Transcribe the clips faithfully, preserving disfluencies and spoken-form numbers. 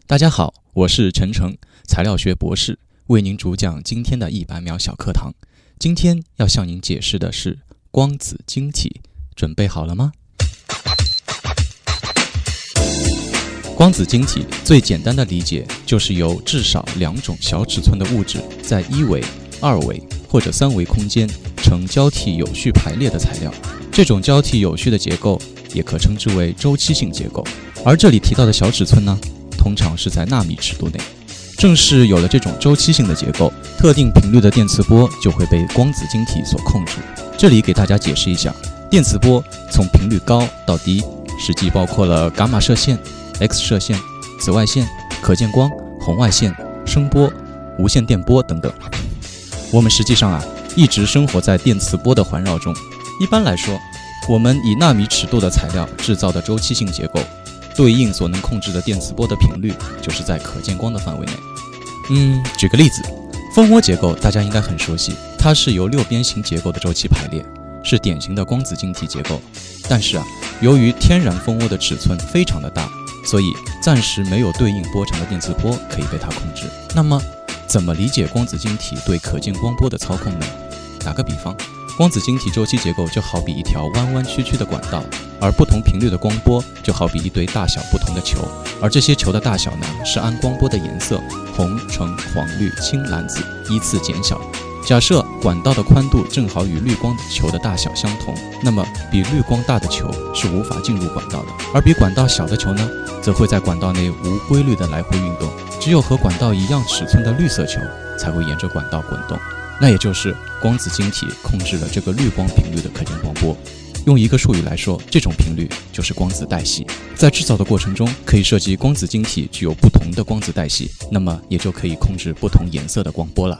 大家好，我是陈诚，材料学博士，为您主讲今天的一百秒小课堂。今天要向您解释的是光子晶体，准备好了吗？光子晶体最简单的理解就是由至少两种小尺寸的物质在一维、二维或者三维空间呈交替有序排列的材料。这种交替有序的结构也可称之为周期性结构，而这里提到的小尺寸呢，通常是在纳米尺度内。正是有了这种周期性的结构，特定频率的电磁波就会被光子晶体所控制。这里给大家解释一下，电磁波从频率高到低，实际包括了伽马射线、X 射线、紫外线、可见光、红外线、声波、无线电波等等。我们实际上啊，一直生活在电磁波的环绕中。一般来说，我们以纳米尺度的材料制造的周期性结构，对应所能控制的电磁波的频率，就是在可见光的范围内。嗯，举个例子，蜂窝结构大家应该很熟悉，它是由六边形结构的周期排列，是典型的光子晶体结构。但是啊，由于天然蜂窝的尺寸非常的大，所以暂时没有对应波长的电磁波可以被它控制。那么，怎么理解光子晶体对可见光波的操控呢？打个比方，光子晶体周期结构就好比一条弯弯曲曲的管道，而不同频率的光波就好比一堆大小不同的球，而这些球的大小呢，是按光波的颜色红、橙、黄、绿、青、蓝、紫依次减小。假设管道的宽度正好与绿光球的大小相同，那么比绿光大的球是无法进入管道的，而比管道小的球呢，则会在管道内无规律的来回运动，只有和管道一样尺寸的绿色球才会沿着管道滚动。那也就是光子晶体控制了这个绿光频率的可见光波。用一个术语来说，这种频率就是光子带系。在制造的过程中，可以设计光子晶体具有不同的光子带系，那么也就可以控制不同颜色的光波了。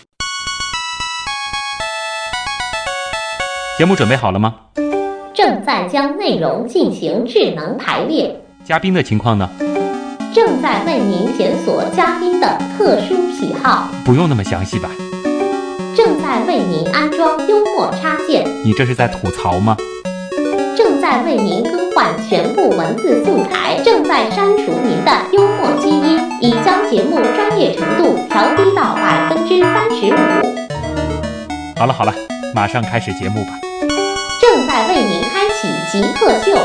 节目准备好了吗？ 正在将内容进行智能排列。 嘉宾的情况呢？ 正在为您检索嘉宾的特殊喜好。 不用那么详细吧？ 正在为您安装幽默插件。 你这是在吐槽吗？ 正在为您更换全部文字素材。正在删除您的幽默基因，已将节目专业程度调低到百分之三十五。 好了好了，马上开始节目吧。 正在为您开启极客秀。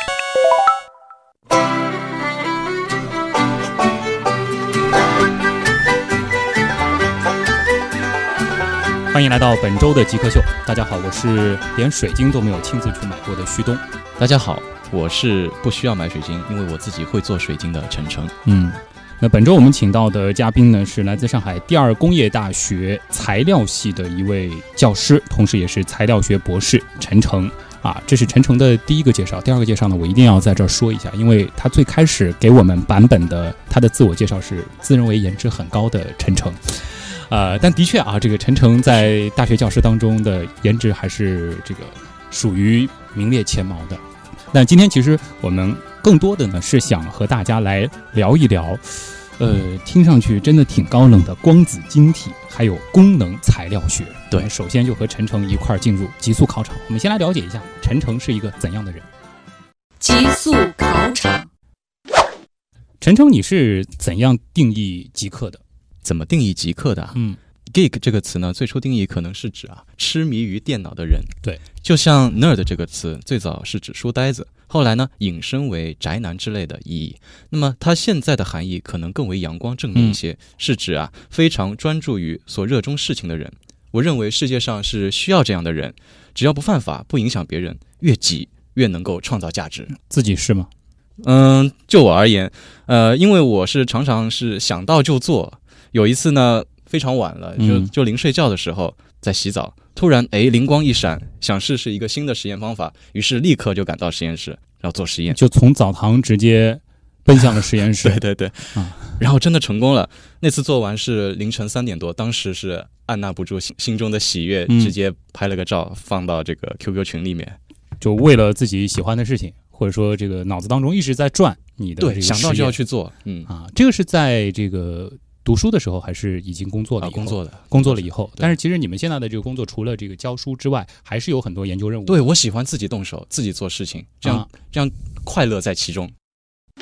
欢迎来到本周的极客秀。大家好，我是连水晶都没有亲自去买过的旭东。 大家好，我是不需要买水晶，因为我自己会做水晶的陈诚。 嗯，那本周我们请到的嘉宾呢，是来自上海第二工业大学材料系的一位教师，同时也是材料学博士陈诚。啊，这是陈诚的第一个介绍。第二个介绍呢，我一定要在这儿说一下，因为他最开始给我们版本的他的自我介绍是自认为颜值很高的陈诚。呃，但的确啊，这个陈诚在大学教师当中的颜值还是这个属于名列前茅的。但今天其实我们更多的呢是想和大家来聊一聊，呃，听上去真的挺高冷的光子晶体，还有功能材料学。对，首先就和陈诚一块进入极速考场。我们先来了解一下陈诚是一个怎样的人。 极速考场。 陈诚，你是怎样定义极客的？ 怎么定义极客的啊？ 嗯 ，geek 这个词呢，最初定义可能是指啊痴迷于电脑的人。 对， 就像 nerd 这个词最早是指书呆子，后来呢引申为宅男之类的意义。那么它现在的含义可能更为阳光正面一些，嗯、是指啊非常专注于所热衷事情的人。我认为世界上是需要这样的人，只要不犯法、不影响别人，越挤越能够创造价值。 自己是吗？ 嗯，就我而言，呃，因为我是常常是想到就做。有一次呢，非常晚了，就就临睡觉的时候在洗澡，突然哎灵光一闪，想试试一个新的实验方法，于是立刻就赶到实验室，然后做实验， 就从澡堂直接奔向了实验室。 对对对、啊，然后真的成功了。那次做完是凌晨三点多，当时是按捺不住心心中的喜悦，直接拍了个照放到这个 Q Q 群里面。 就为了自己喜欢的事情，或者说这个脑子当中一直在转你的这个对，想到就要去做。嗯啊，这个是在这个读书的时候还是已经工作了以后、啊、 工作的工作了以后，但是其实你们现在的这个工作除了这个教书之外，还是有很多研究任务。 对，我喜欢自己动手自己做事情，这样、啊、这样快乐在其中。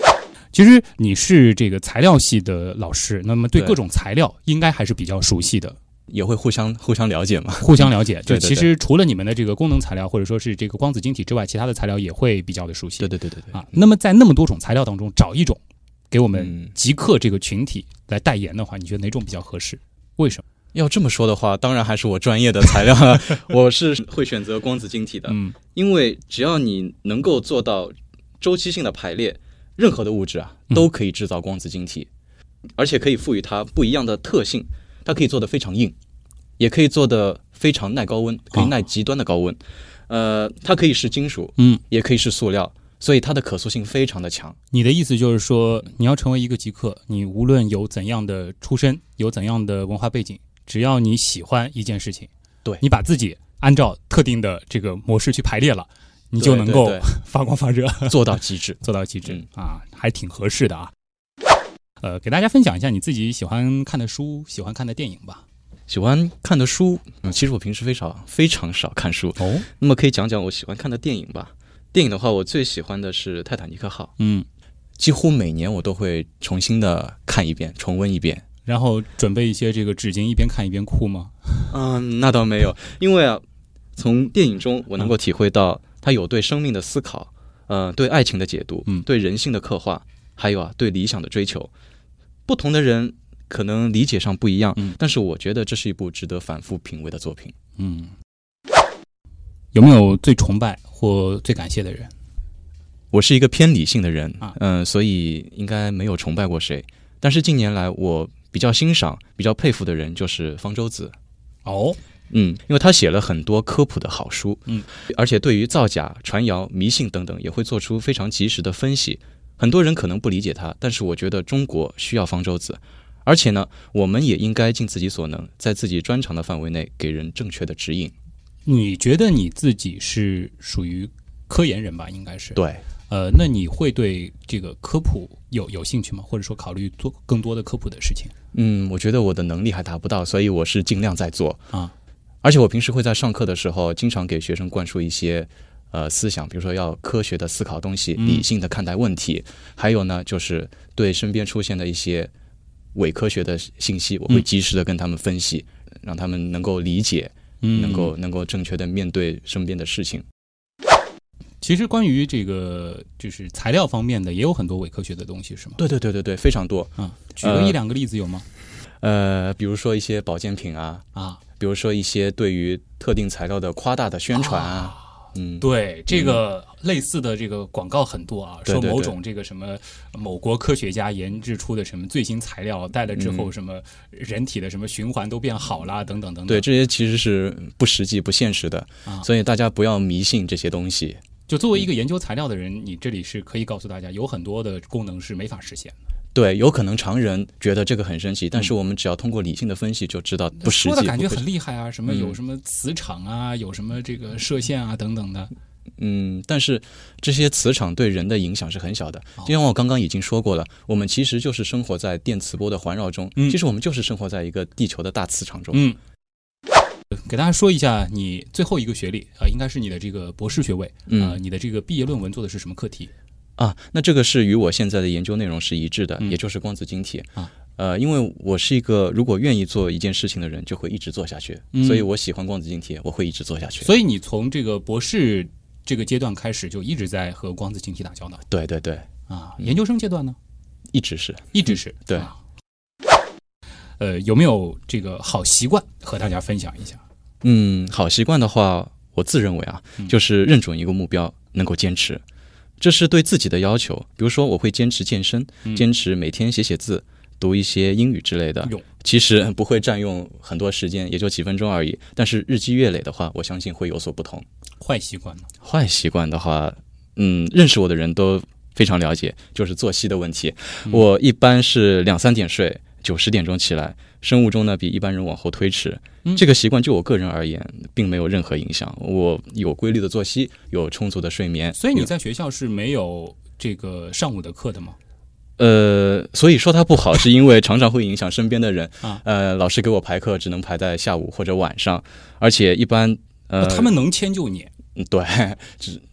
其实你是这个材料系的老师，那么对对各种材料应该还是比较熟悉的。 也会互相互相了解嘛。 互相了解，就对对对其实除了你们的这个功能材料或者说是这个光子晶体之外，其他的材料也会比较的熟悉。 对对对对对啊，那么在那么多种材料当中找一种给我们嗯极客这个群体来代言的话，你觉得哪种比较合适？为什么？ 要这么说的话，当然还是我专业的材料了。我是会选择光子晶体的， 嗯， 因为只要你能够做到周期性的排列，任何的物质啊都可以制造光子晶体，而且可以赋予它不一样的特性。它可以做得非常硬，也可以做得非常耐高温，可以耐极端的高温。呃，它可以是金属， 嗯， 也可以是塑料，所以它的可塑性非常的强。 你的意思就是说，你要成为一个极客，你无论有怎样的出身，有怎样的文化背景，只要你喜欢一件事情， 对， 你把自己按照特定的这个模式去排列了，你就能够对对对发光发热， 做到极致， 做到极致、 嗯、 啊，还挺合适的啊。呃，给大家分享一下你自己喜欢看的书、喜欢看的电影吧。 喜欢看的书，嗯，其实我平时非常非常少看书哦。 那么可以讲讲我喜欢看的电影吧。电影的话，我最喜欢的是《泰坦尼克号》， 嗯， 几乎每年我都会重新的看一遍，重温一遍。 然后准备一些这个纸巾，一边看一边哭吗？ 嗯，那倒没有，因为啊，从电影中我能够体会到他有对生命的思考，呃，对爱情的解读， 嗯， 对人性的刻画，还有啊，对理想的追求。不同的人可能理解上不一样， 嗯， 但是我觉得这是一部值得反复品味的作品。 嗯，有没有最崇拜或最感谢的人？ 我是一个偏理性的人， 啊， 嗯、呃，所以应该没有崇拜过谁。但是近年来，我比较欣赏、比较佩服的人就是方舟子。 哦， 嗯，因为他写了很多科普的好书， 嗯， 而且对于造假、传谣、迷信等等，也会做出非常及时的分析。很多人可能不理解他，但是我觉得中国需要方舟子，而且呢，我们也应该尽自己所能，在自己专长的范围内给人正确的指引。 你觉得你自己是属于科研人吧？应该是。 对。 呃，那你会对这个科普有有兴趣吗？或者说考虑做更多的科普的事情？ 嗯，我觉得我的能力还达不到，所以我是尽量在做啊。 而且我平时会在上课的时候，经常给学生灌输一些呃思想，比如说要科学的思考东西，理性的看待问题，嗯、还有呢，就是对身边出现的一些伪科学的信息，我会及时的跟他们分析，嗯、让他们能够理解， 嗯、 能够能够正确的面对身边的事情。 其实关于这个就是材料方面的，也有很多伪科学的东西，是吗？ 对对对对对，非常多啊。举个一两个例子有吗？ 呃，比如说一些保健品啊， 啊， 比如说一些对于特定材料的夸大的宣传啊。啊嗯，对，这个类似的这个广告很多啊， 嗯、 说某种这个什么某国科学家研制出的什么最新材料，带了之后什么人体的什么循环都变好啦，等等等等。 对，这些其实是不实际、不现实的，啊、所以大家不要迷信这些东西。 就作为一个研究材料的人，你这里是可以告诉大家，有很多的功能是没法实现的。 对，有可能常人觉得这个很神奇，但是我们只要通过理性的分析就知道不实际。 说的感觉很厉害啊，什么有什么磁场啊，嗯、有什么这个射线啊等等的。 嗯，但是这些磁场对人的影响是很小的。就像我刚刚已经说过了，我们其实就是生活在电磁波的环绕中，嗯、其实我们就是生活在一个地球的大磁场中。 嗯。给大家说一下，你最后一个学历啊、呃，应该是你的这个博士学位啊、呃嗯，你的这个毕业论文做的是什么课题啊？那这个是与我现在的研究内容是一致的，嗯、也就是光子晶体啊。呃，因为我是一个如果愿意做一件事情的人，就会一直做下去，嗯、所以我喜欢光子晶体，我会一直做下去。 所以你从这个博士这个阶段开始，就一直在和光子晶体打交道。 对对对啊，研究生阶段呢？ 一直是， 一直是对。 啊、呃，有没有这个好习惯和大家分享一下？ 嗯，好习惯的话，我自认为啊，就是认准一个目标，能够坚持，这是对自己的要求。比如说，我会坚持健身， 嗯、 坚持每天写写字、读一些英语之类的。其实不会占用很多时间，也就几分钟而已。但是日积月累的话，我相信会有所不同。 坏习惯呢？ 坏习惯的话，嗯，认识我的人都非常了解，就是作息的问题。嗯、我一般是两三点睡，九十点钟起来。生物钟呢比一般人往后推迟，嗯、这个习惯就我个人而言，并没有任何影响。我有规律的作息，有充足的睡眠。 所以你在学校是没有这个上午的课的吗？ 呃，所以说它不好，是因为常常会影响身边的人。 啊、 呃，老师给我排课只能排在下午或者晚上，而且一般呃， 他们能迁就你。 嗯，对，只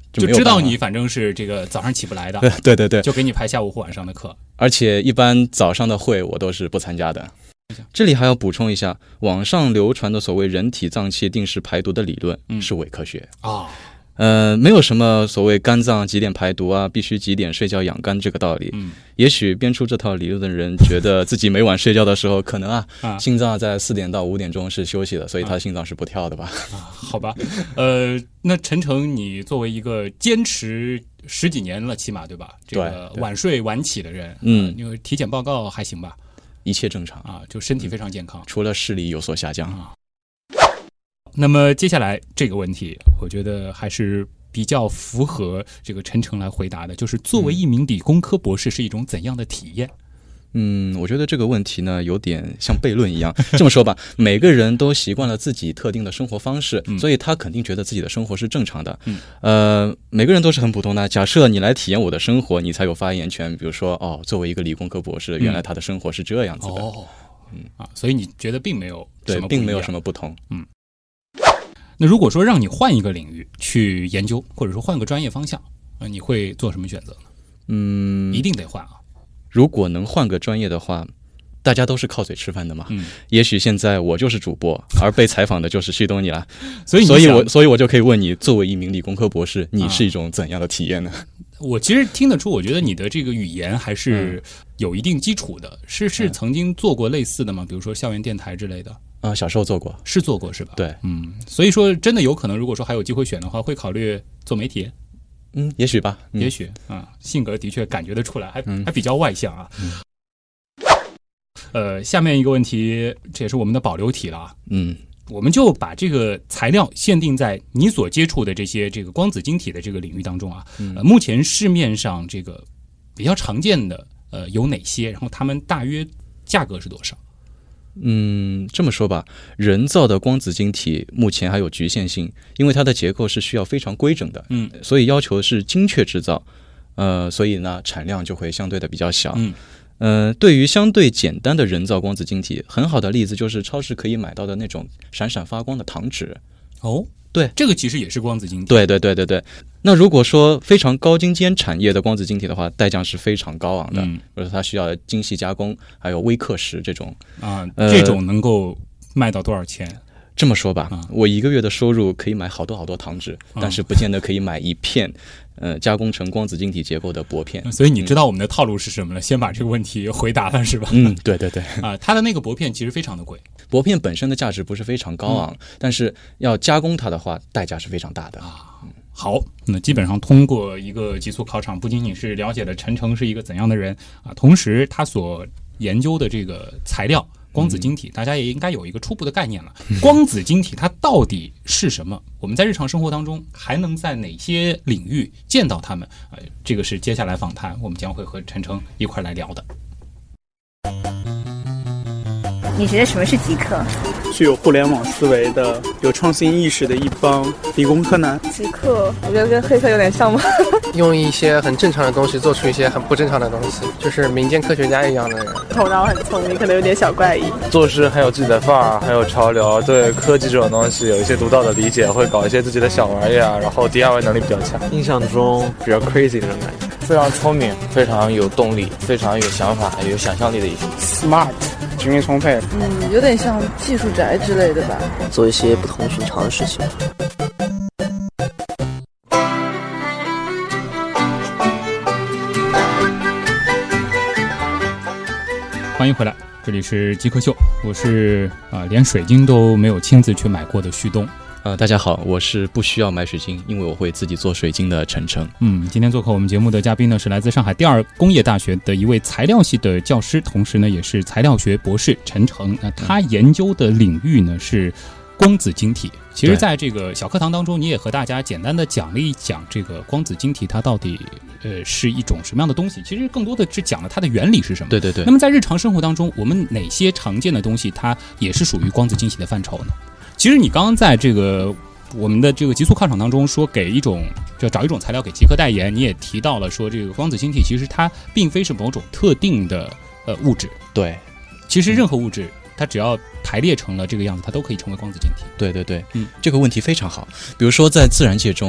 就没有办法就知道你反正是这个早上起不来的， 对对对， 就给你排下午或晚上的课。 而且一般早上的会我都是不参加的。这里还要补充一下，网上流传的所谓人体脏器定时排毒的理论是伪科学啊。哦呃，没有什么所谓肝脏几点排毒啊，必须几点睡觉养肝这个道理。嗯，也许编出这套理论的人觉得自己每晚睡觉的时候，可能啊，啊心脏在四点到五点钟是休息的，所以他心脏是不跳的吧？ 啊，好吧。呃，那陈诚，你作为一个坚持十几年了，起码对吧？这个晚睡晚起的人，嗯，因为体检报告还行吧？ 一切正常啊，就身体非常健康， 嗯、除了视力有所下降啊。 那么接下来这个问题，我觉得还是比较符合这个陈诚来回答的，就是作为一名理工科博士是一种怎样的体验？ 嗯，我觉得这个问题呢，有点像悖论一样。这么说吧，每个人都习惯了自己特定的生活方式，嗯、所以他肯定觉得自己的生活是正常的。嗯、呃，每个人都是很普通的。假设你来体验我的生活，你才有发言权。比如说，哦，作为一个理工科博士，原来他的生活是这样子的。 哦，嗯啊，所以你觉得并没有什么不一样， 对，并没有什么不同。嗯。 那如果说让你换一个领域去研究，或者说换个专业方向，呃，你会做什么选择呢？嗯，一定得换啊。 如果能换个专业的话，大家都是靠嘴吃饭的嘛。嗯，也许现在我就是主播，而被采访的就是旭东你了。所以，所以我，所以我就可以问你，作为一名理工科博士，你是一种怎样的体验呢？啊、 我其实听得出，我觉得你的这个语言还是有一定基础的。嗯、是是曾经做过类似的吗？比如说校园电台之类的。 啊、呃，小时候做过， 是做过是吧？ 对， 嗯，所以说真的有可能，如果说还有机会选的话，会考虑做媒体。 嗯，也许吧， 嗯、也许啊，性格的确感觉得出来，还、嗯、还比较外向啊。嗯、呃，下面一个问题，这也是我们的保留题了啊。嗯，我们就把这个材料限定在你所接触的这些这个光子晶体的这个领域当中啊。嗯、呃，目前市面上这个比较常见的呃有哪些？然后它们大约价格是多少？ 嗯，这么说吧，人造的光子晶体目前还有局限性，因为它的结构是需要非常规整的，嗯，所以要求是精确制造，呃，所以呢产量就会相对的比较小。嗯，呃，对于相对简单的人造光子晶体，很好的例子就是超市可以买到的那种闪闪发光的糖纸。 哦， 对， 这个其实也是光子晶体。 对对对对对。那如果说非常高精尖产业的光子晶体的话，代价是非常高昂的，嗯，或者它需要精细加工，还有微刻蚀这种啊，呃、这种能够卖到多少钱？ 这么说吧，啊、我一个月的收入可以买好多好多糖纸，啊、但是不见得可以买一片呃加工成光子晶体结构的薄片。 所以你知道我们的套路是什么了？嗯、先把这个问题回答了，是吧？ 嗯，对对对。 啊，它的那个薄片其实非常的贵。 薄片本身的价值不是非常高昂，嗯、但是要加工它的话，代价是非常大的啊。 好，那基本上通过一个极速考场，不仅仅是了解了陈诚是一个怎样的人啊，同时他所研究的这个材料光子晶体，嗯、大家也应该有一个初步的概念了。光子晶体它到底是什么？我们在日常生活当中还能在哪些领域见到它们？呃，这个是接下来访谈我们将会和陈诚一块来聊的。 你觉得什么是极客？ 具有互联网思维的、有创新意识的一帮理工科男。 极客，我觉得跟黑客有点像吗？ 用一些很正常的东西做出一些很不正常的东西，就是民间科学家一样的人。 头脑很聪明，可能有点小怪异。 做事很有自己的范儿，很有潮流，对科技这种东西有一些独到的理解，会搞一些自己的小玩意啊，然后 D I Y 能力比较强。 印象中比较 crazy 的那种感觉， 非常聪明，非常有动力，非常有想法，有想象力的一种。 Smart。精力充沛， 嗯，有点像技术宅之类的吧， 做一些不同寻常的事情。 欢迎回来，这里是极客秀，我是啊、呃，连水晶都没有亲自去买过的旭东。 呃，大家好，我是不需要买水晶，因为我会自己做水晶的陈诚。 嗯，今天做客我们节目的嘉宾呢，是来自上海第二工业大学的一位材料系的教师，同时呢也是材料学博士陈诚。那他研究的领域呢是光子晶体。其实在这个小课堂当中，你也和大家简单的讲了一讲这个光子晶体它到底呃是一种什么样的东西，其实更多的是讲了它的原理是什么。 对对对。 那么在日常生活当中，我们哪些常见的东西它也是属于光子晶体的范畴呢？其实你刚刚在这个我们的这个极速考场当中说给一种就找一种材料给极客代言，你也提到了说这个光子晶体其实它并非是某种特定的呃物质。 对， 其实任何物质它只要排列成了这个样子，它都可以成为光子晶体。 对对对，嗯，这个问题非常好。比如说在自然界中，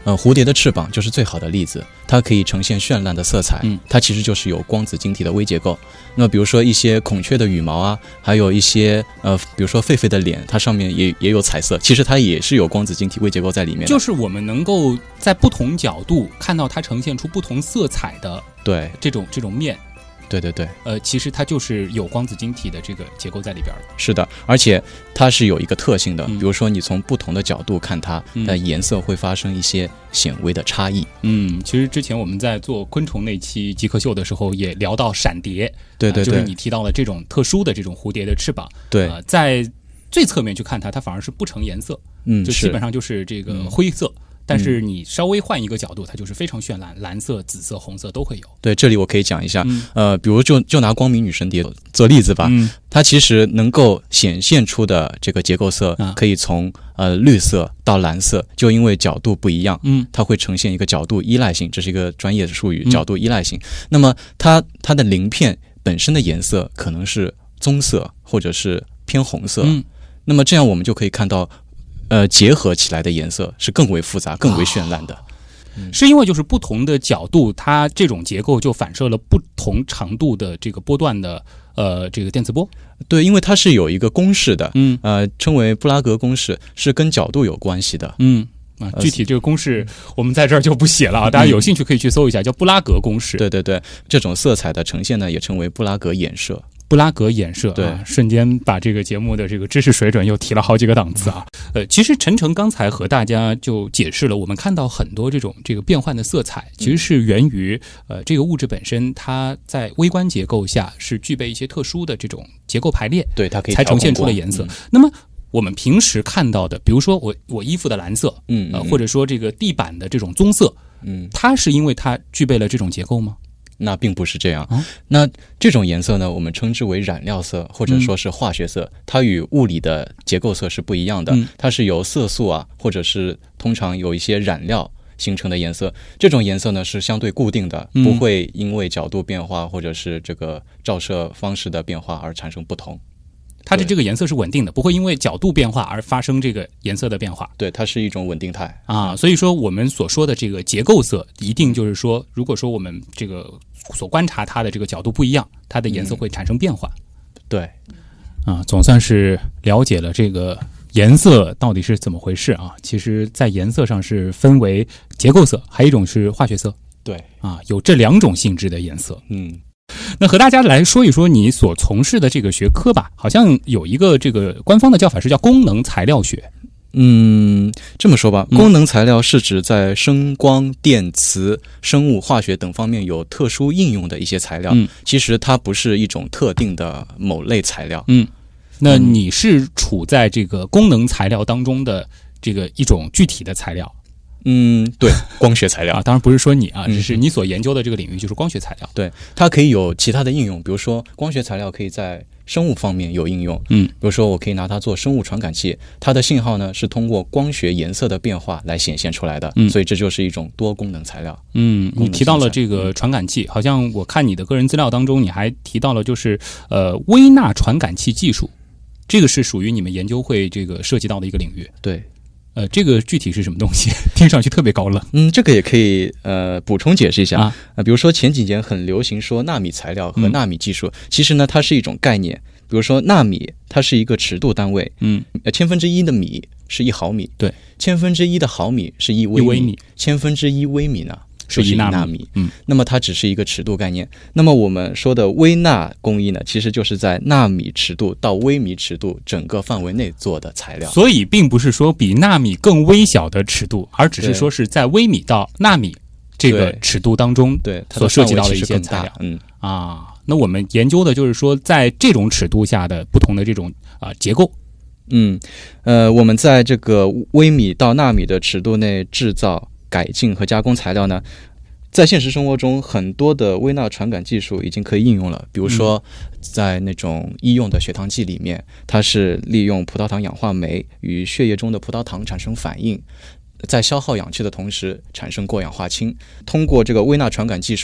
呃，蝴蝶的翅膀就是最好的例子，它可以呈现绚烂的色彩， 嗯， 它其实就是有光子晶体的微结构。那么比如说一些孔雀的羽毛啊，还有一些呃，比如说狒狒的脸，它上面也也有彩色，其实它也是有光子晶体微结构在里面的。 就是我们能够在不同角度看到它呈现出不同色彩的对这种这种面。 对对对， 呃，其实它就是有光子晶体的这个结构在里边的。 是的，而且它是有一个特性的， 嗯、 比如说你从不同的角度看它，的颜色会发生一些显微的差异。 嗯，其实之前我们在做昆虫那期极客秀的时候，也聊到闪蝶， 对对对、呃， 就是你提到了这种特殊的这种蝴蝶的翅膀， 对， 呃，在最侧面去看它，它反而是不成颜色， 嗯， 就基本上就是这个灰色。嗯，但是你稍微换一个角度，它就是非常绚烂，蓝色、紫色、红色都会有。 对，这里我可以讲一下， 嗯、 呃，比如就就拿光明女神蝶做例子吧， 嗯、 它其实能够显现出的这个结构色， 啊、 可以从呃绿色到蓝色，就因为角度不一样， 嗯， 它会呈现一个角度依赖性，这是一个专业的术语， 嗯、 角度依赖性。那么它它的鳞片本身的颜色可能是棕色或者是偏红色， 嗯， 那么这样我们就可以看到。呃，结合起来的颜色是更为复杂、更为绚烂的，哦嗯、是因为就是不同的角度，它这种结构就反射了不同长度的这个波段的呃这个电磁波。 对，因为它是有一个公式的， 嗯， 呃，称为布拉格公式，是跟角度有关系的， 嗯。啊，具体这个公式我们在这儿就不写了啊，大家有兴趣可以去搜一下，叫布拉格公式。 对对对，这种色彩的呈现呢，也称为布拉格衍射。 布拉格衍射， 对、 啊，瞬间把这个节目的这个知识水准又提了好几个档次啊。呃，其实陈诚刚才和大家就解释了，我们看到很多这种这个变换的色彩，其实是源于呃这个物质本身它在微观结构下是具备一些特殊的这种结构排列， 对，它可以才呈现出了颜色。 嗯、 那么我们平时看到的，比如说我我衣服的蓝色， 嗯， 呃，或者说这个地板的这种棕色， 嗯， 它是因为它具备了这种结构吗？ 那并不是这样、 哦、 那这种颜色呢，我们称之为染料色或者说是化学色、嗯、它与物理的结构色是不一样的、 嗯、 它是由色素啊或者是通常有一些染料形成的颜色。这种颜色呢是相对固定的、嗯、不会因为角度变化或者是这个照射方式的变化而产生不同。 它的这个颜色是稳定的，不会因为角度变化而发生这个颜色的变化。 对，它是一种稳定态啊。所以说我们所说的这个结构色，一定就是说，如果说我们这个所观察它的这个角度不一样，它的颜色会产生变化。 嗯、对， 啊，总算是了解了这个颜色到底是怎么回事啊。其实，在颜色上是分为结构色，还有一种是化学色。 对， 啊，有这两种性质的颜色。 嗯。 那和大家来说一说你所从事的这个学科吧，好像有一个这个官方的叫法是叫功能材料学。 嗯，这么说吧，功能材料是指在声光电磁生物化学等方面有特殊应用的一些材料、 嗯、 其实它不是一种特定的某类材料。 嗯，那你是处在这个功能材料当中的这个一种具体的材料。 嗯，对，光学材料啊，当然不是说你啊，只是你所研究的这个领域就是光学材料。 对，它可以有其他的应用，比如说光学材料可以在生物方面有应用。 嗯， 比如说我可以拿它做生物传感器，它的信号呢是通过光学颜色的变化来显现出来的。 嗯， 所以这就是一种多功能材料。 嗯，你提到了这个传感器，好像我看你的个人资料当中，你还提到了就是呃微纳传感器技术，这个是属于你们研究会这个涉及到的一个领域。 对。 呃，这个具体是什么东西？听上去特别高冷。 嗯，这个也可以呃补充解释一下啊。 呃，比如说前几年很流行说纳米材料和纳米技术，嗯、其实呢它是一种概念。比如说纳米，它是一个尺度单位， 嗯， 呃，千分之一的米是一毫米， 对， 千分之一的毫米是一微米， 微米千分之一微米呢？是一纳米， 嗯， 那么它只是一个尺度概念。那么我们说的微纳工艺呢，其实就是在纳米尺度到微米尺度整个范围内做的材料。 所以并不是说比纳米更微小的尺度，而只是说是在微米到纳米这个尺度当中， 对所涉及到的一些材料。 嗯啊，那我们研究的就是说，在这种尺度下的不同的这种啊、呃、结构。 嗯，呃，我们在这个微米到纳米的尺度内制造、改进和加工材料呢，在现实生活中很多的微纳传感技术已经可以应用了。比如说在那种医用的血糖计里面，它是利用葡萄糖氧化酶与血液中的葡萄糖产生反应，在消耗氧气的同时产生过氧化氢，通过这个微纳传感技术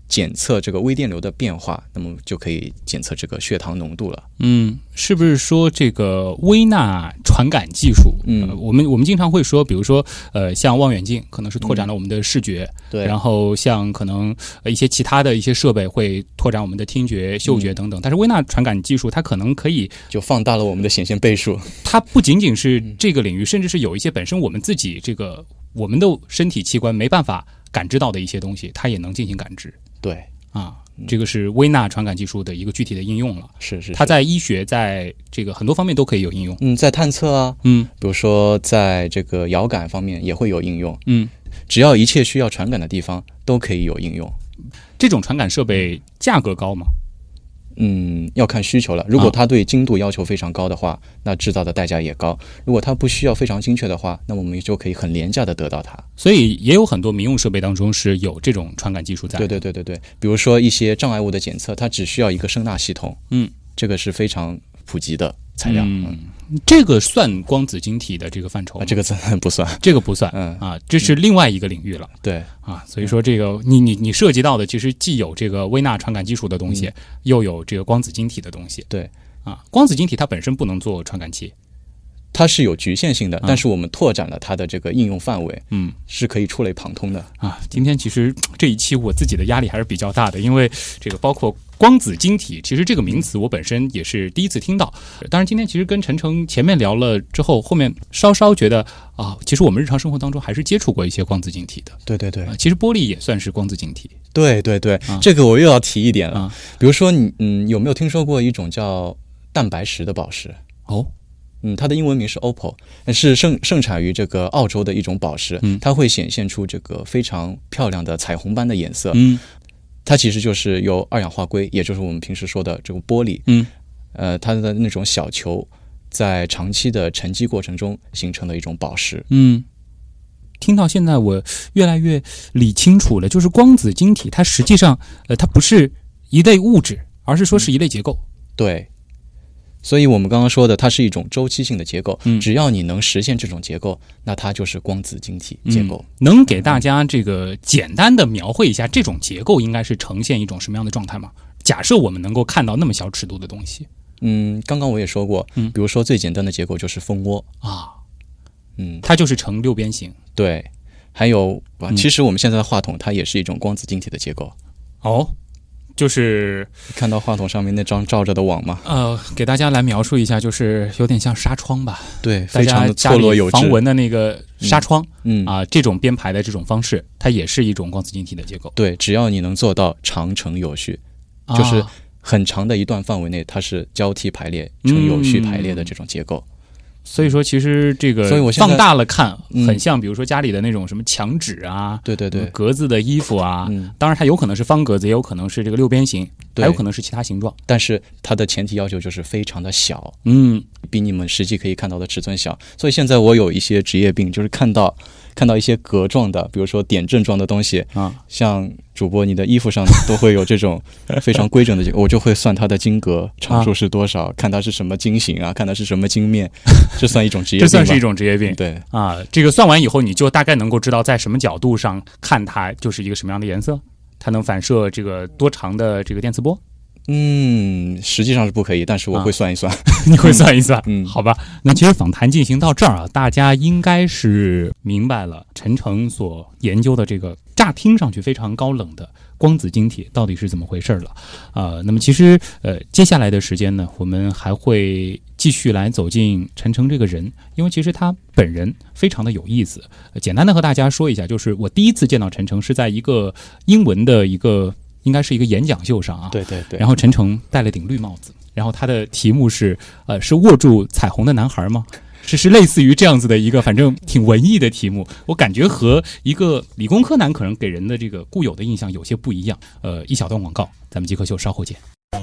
检测这个微电流的变化，那么就可以检测这个血糖浓度了。 嗯，是不是说这个微纳传感技术？嗯，呃、我们我们经常会说，比如说呃，像望远镜可能是拓展了我们的视觉，嗯、 对， 然后像可能呃一些其他的一些设备会拓展我们的听觉、嗅觉等等。嗯、但是微纳传感技术它可能可以就放大了我们的显现倍数。 它不仅仅是这个领域，甚至是有一些本身我们自己这个我们的身体器官没办法感知到的一些东西，它也能进行感知。 对啊，这个是微纳传感技术的一个具体的应用了。 是 是, 是， 它在医学，在这个很多方面都可以有应用。 嗯，在探测啊， 嗯， 比如说在这个遥感方面也会有应用。 嗯， 只要一切需要传感的地方都可以有应用。 这种传感设备价格高吗？ 嗯，要看需求了。如果它对精度要求非常高的话，啊、那制造的代价也高；如果它不需要非常精确的话，那么我们就可以很廉价的得到它。 所以也有很多民用设备当中是有这种传感技术在。 对对对对对，比如说一些障碍物的检测，它只需要一个声纳系统。 嗯， 这个是非常普及的材料。 嗯，嗯这个算光子晶体的这个范畴吗？ 啊、这个真的不算， 这个不算。 嗯啊，这是另外一个领域了。 对啊，所以说这个你你你涉及到的其实既有这个微纳传感技术的东西，嗯、又有这个光子晶体的东西。 对啊，光子晶体它本身不能做传感器。 它是有局限性的，但是我们拓展了它的这个应用范围， 嗯， 是可以触类旁通的啊。今天其实这一期我自己的压力还是比较大的，因为这个包括光子晶体，其实这个名词我本身也是第一次听到。当然，今天其实跟陈诚前面聊了之后，后面稍稍觉得啊，其实我们日常生活当中还是接触过一些光子晶体的。 对对对， 啊、其实玻璃也算是光子晶体。 对对对， 啊、 这个我又要提一点了。 啊、 比如说你嗯，有没有听说过一种叫蛋白石的宝石？ 哦。 嗯，它的英文名是 Opal， 是盛盛产于这个澳洲的一种宝石， 嗯， 它会显现出这个非常漂亮的彩虹般的颜色， 嗯， 它其实就是由二氧化硅，也就是我们平时说的这个玻璃， 嗯， 呃，它的那种小球在长期的沉积过程中形成的一种宝石， 嗯，听到现在我越来越理清楚了，就是光子晶体它实际上呃它不是一类物质，而是说是一类结构， 嗯、对。所以我们刚刚说的，它是一种周期性的结构， 嗯， 只要你能实现这种结构，那它就是光子晶体结构。 嗯、能给大家这个简单的描绘一下这种结构应该是呈现一种什么样的状态吗？假设我们能够看到那么小尺度的东西， 嗯，刚刚我也说过， 嗯， 比如说最简单的结构就是蜂窝啊， 嗯， 它就是呈六边形， 对，还有啊，其实我们现在的话筒它也是一种光子晶体的结构， 哦。就是看到话筒上面那张罩着的网吗？ 呃，给大家来描述一下，就是有点像纱窗吧？ 对，非常的错落有致。 防蚊的那个纱窗， 嗯啊、呃，这种编排的这种方式，它也是一种光子晶体的结构。 对，只要你能做到长程有序， 啊、 就是很长的一段范围内，它是交替排列、呈有序排列的这种结构。 嗯所以说，其实这个放大了看，很像比如说家里的那种什么墙纸啊， 对对对， 格子的衣服啊， 嗯， 当然它有可能是方格子，也有可能是这个六边形，还有可能是其他形状。 但是它的前提要求就是非常的小， 嗯， 比你们实际可以看到的尺寸小。所以现在我有一些职业病，就是看到看到一些格状的，比如说点阵状的东西啊， 像主播你的衣服上都会有这种非常规整的，我就会算它的金格长数是多少，啊、看它是什么金型啊，看它是什么金面，这算一种职业病吧。 这算是一种职业病。 对啊，这个算完以后，你就大概能够知道在什么角度上看它就是一个什么样的颜色，它能反射这个多长的这个电磁波。 嗯，实际上是不可以，但是我会算一算。 啊、你会算一算， 嗯， 好吧。那其实访谈进行到这儿啊，大家应该是明白了陈诚所研究的这个乍听上去非常高冷的光子晶体到底是怎么回事了啊、呃？那么其实呃，接下来的时间呢，我们还会继续来走进陈诚这个人，因为其实他本人非常的有意思。呃、简单的和大家说一下，就是我第一次见到陈诚是在一个英文的一个。应该是一个演讲秀上啊， 对对对。 然后陈诚戴了顶绿帽子，然后他的题目是呃，是握住彩虹的男孩吗？是是类似于这样子的一个，反正挺文艺的题目。我感觉和一个理工科男可能给人的这个固有的印象有些不一样。呃，一小段广告，咱们极客秀稍后见。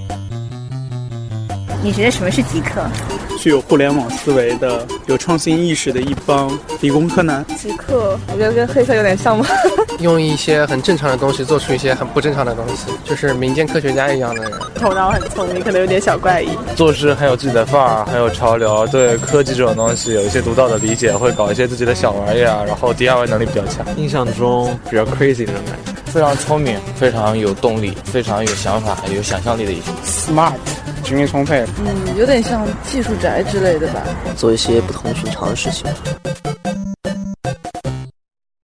你觉得什么是极客？ 具有互联网思维的、有创新意识的一帮理工科男。 极客，我觉得跟黑客有点像吗？ 用一些很正常的东西做出一些很不正常的东西，就是民间科学家一样的人。 头脑很聪明，可能有点小怪异。 做事很有自己的范儿，很有潮流，对科技这种东西有一些独到的理解，会搞一些自己的小玩意啊，然后 D I Y 能力比较强。 印象中比较 crazy 的那种感觉。 非常聪明，非常有动力，非常有想法，有想象力的一群。 smart， 精力充沛。 嗯，有点像技术宅之类的吧。 做一些不同寻常的事情。